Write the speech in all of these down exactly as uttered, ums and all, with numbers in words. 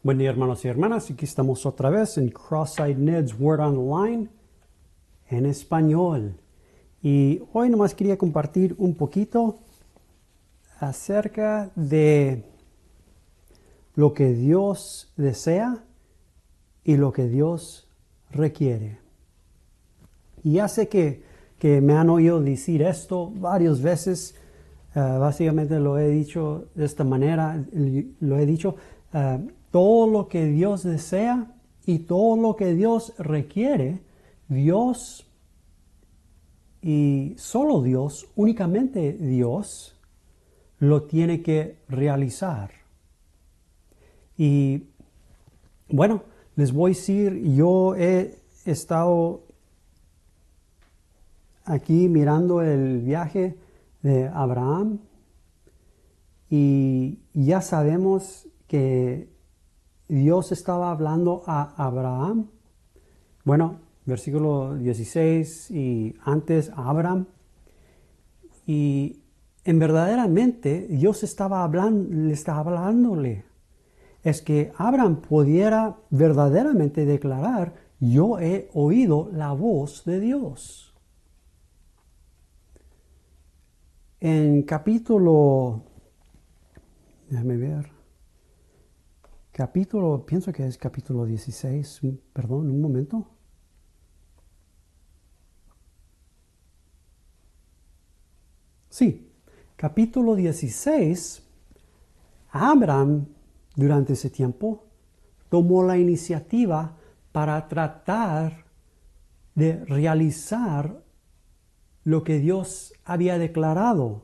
Buen día, hermanos y hermanas. Aquí estamos otra vez en Cross-Eyed Ned's Word Online en español. Y hoy nomás quería compartir un poquito acerca de lo que Dios desea y lo que Dios requiere. Y ya sé que, que me han oído decir esto varias veces. Uh, básicamente lo he dicho de esta manera, lo he dicho, uh, todo lo que Dios desea y todo lo que Dios requiere, Dios y solo Dios, únicamente Dios, lo tiene que realizar. Y bueno, les voy a decir, yo he estado aquí mirando el viaje de Abraham y ya sabemos que Dios estaba hablando a Abraham. Bueno, versículo dieciséis y antes a Abraham. Y en verdaderamente Dios estaba hablando, le estaba hablándole. Es que Abraham pudiera verdaderamente declarar: yo he oído la voz de Dios. En capítulo, déjame ver, capítulo, pienso que es capítulo dieciséis, perdón, un momento. Sí, capítulo dieciséis, Abraham, durante ese tiempo, tomó la iniciativa para tratar de realizar lo que Dios había declarado.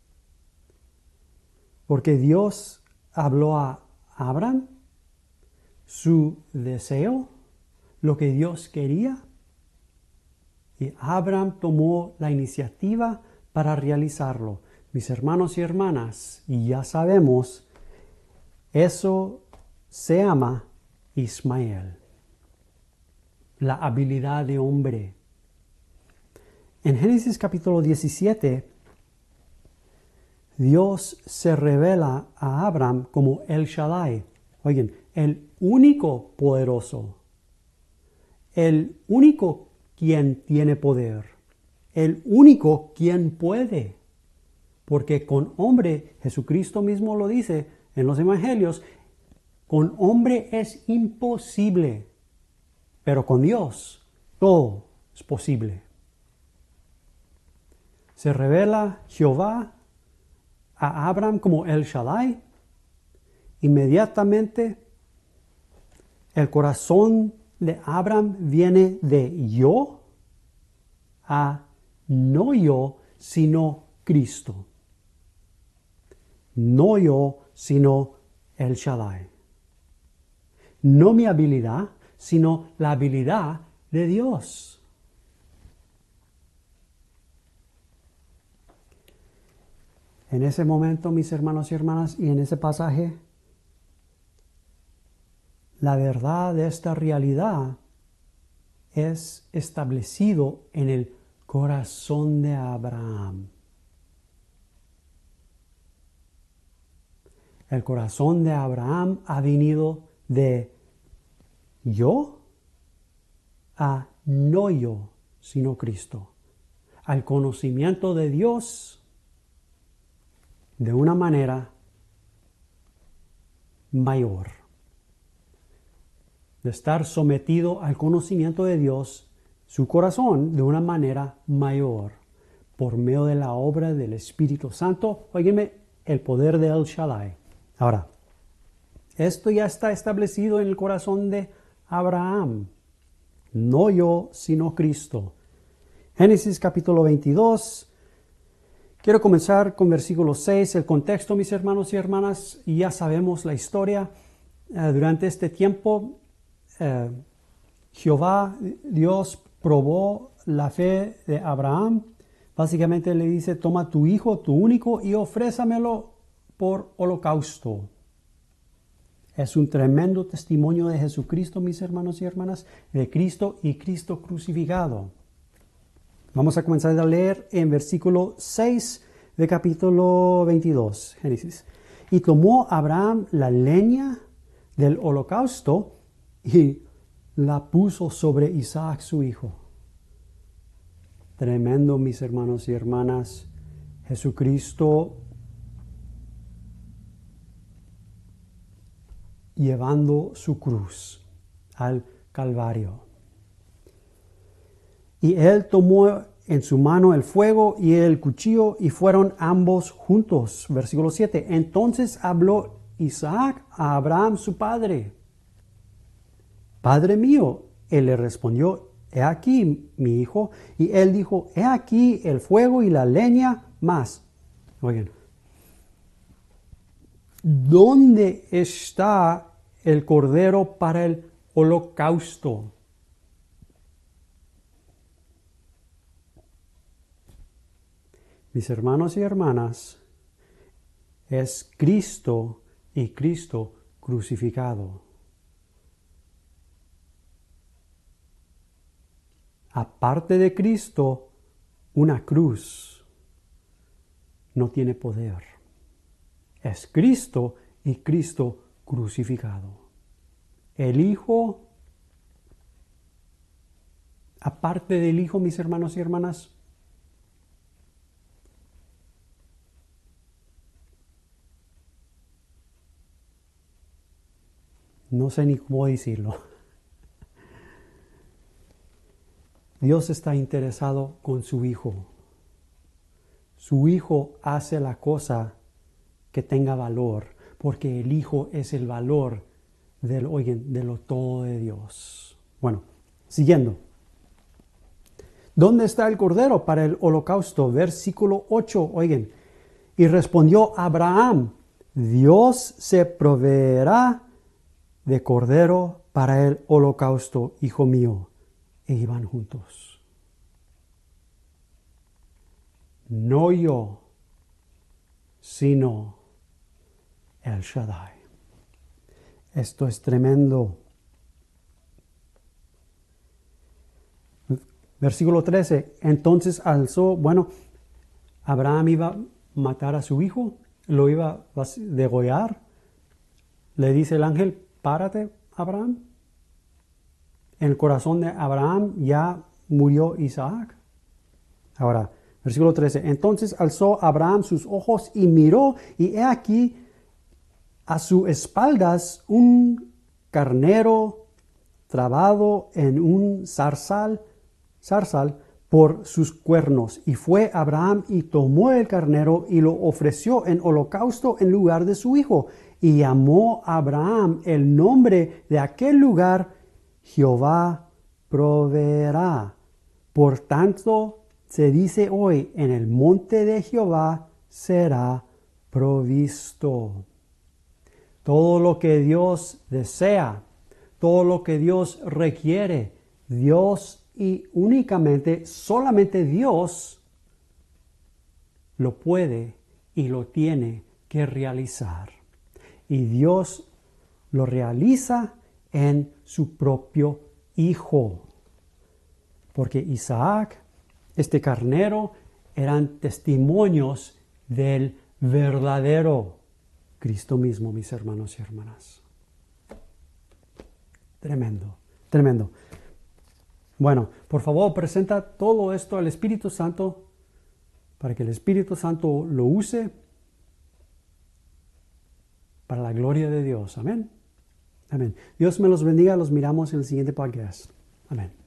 Porque Dios habló a Abraham su deseo, lo que Dios quería, y Abraham tomó la iniciativa para realizarlo. Mis hermanos y hermanas, y ya sabemos, eso se llama Ismael, la habilidad de hombre. En Génesis capítulo diecisiete, Dios se revela a Abraham como El Shaddai. Oigan, el único poderoso, el único quien tiene poder, el único quien puede. Porque con hombre, Jesucristo mismo lo dice en los evangelios, con hombre es imposible, pero con Dios todo es posible. Se revela Jehová a Abraham como El Shaddai. Inmediatamente el corazón de Abraham viene de yo a no yo, sino Cristo. No yo, sino El Shaddai. No mi habilidad, sino la habilidad de Dios. En ese momento, mis hermanos y hermanas, y en ese pasaje, la verdad de esta realidad es establecido en el corazón de Abraham. El corazón de Abraham ha venido de yo a no yo, sino Cristo. Al conocimiento de Dios de una manera mayor. De estar sometido al conocimiento de Dios, su corazón, de una manera mayor. Por medio de la obra del Espíritu Santo, óyeme, el poder de El Shaddai. Ahora, esto ya está establecido en el corazón de Abraham. No yo, sino Cristo. Génesis capítulo veintidós. Quiero comenzar con versículo seis, el contexto, mis hermanos y hermanas, y ya sabemos la historia. Eh, durante este tiempo, eh, Jehová, Dios, probó la fe de Abraham. Básicamente le dice: toma tu hijo, tu único, y ofrézamelo por holocausto. Es un tremendo testimonio de Jesucristo, mis hermanos y hermanas, de Cristo y Cristo crucificado. Vamos a comenzar a leer en versículo seis de capítulo veintidós, Génesis. Y tomó Abraham la leña del holocausto y la puso sobre Isaac su hijo. Tremendo, mis hermanos y hermanas. Jesucristo llevando su cruz al Calvario. Y él tomó en su mano el fuego y el cuchillo y fueron ambos juntos. Versículo siete. Entonces habló Isaac a Abraham su padre. Padre mío, él le respondió, he aquí mi hijo. Y él dijo, he aquí el fuego y la leña más. Oigan, ¿dónde está el cordero para el holocausto? Mis hermanos y hermanas, es Cristo y Cristo crucificado. Aparte de Cristo, una cruz no tiene poder. Es Cristo y Cristo crucificado. El Hijo, aparte del Hijo, mis hermanos y hermanas, no sé ni cómo decirlo. Dios está interesado con su Hijo. Su Hijo hace la cosa que tenga valor, porque el Hijo es el valor del, oigan, de lo todo de Dios. Bueno, siguiendo. ¿Dónde está el cordero para el holocausto? Versículo ocho, oigan. Y respondió Abraham, Dios se proveerá de cordero para el holocausto, hijo mío. E iban juntos. No yo, sino El Shaddai. Esto es tremendo. Versículo trece. Entonces alzó, bueno, Abraham iba a matar a su hijo, lo iba a degollar. Le dice el ángel, párate, Abraham. En el corazón de Abraham ya murió Isaac. Ahora, versículo trece. Entonces alzó Abraham sus ojos y miró, y he aquí a sus espaldas un carnero trabado en un zarzal, zarzal por sus cuernos. Y fue Abraham y tomó el carnero y lo ofreció en holocausto en lugar de su hijo. Y llamó a Abraham el nombre de aquel lugar, Jehová proveerá. Por tanto, se dice hoy, en el monte de Jehová será provisto. Todo lo que Dios desea, todo lo que Dios requiere, Dios y únicamente, solamente Dios lo puede y lo tiene que realizar. Y Dios lo realiza en su propio Hijo. Porque Isaac, este carnero, eran testimonios del verdadero Cristo mismo, mis hermanos y hermanas. Tremendo, tremendo. Bueno, por favor, presenta todo esto al Espíritu Santo para que el Espíritu Santo lo use para la gloria de Dios. Amén. Amén. Dios me los bendiga. Los miramos en el siguiente podcast. Amén.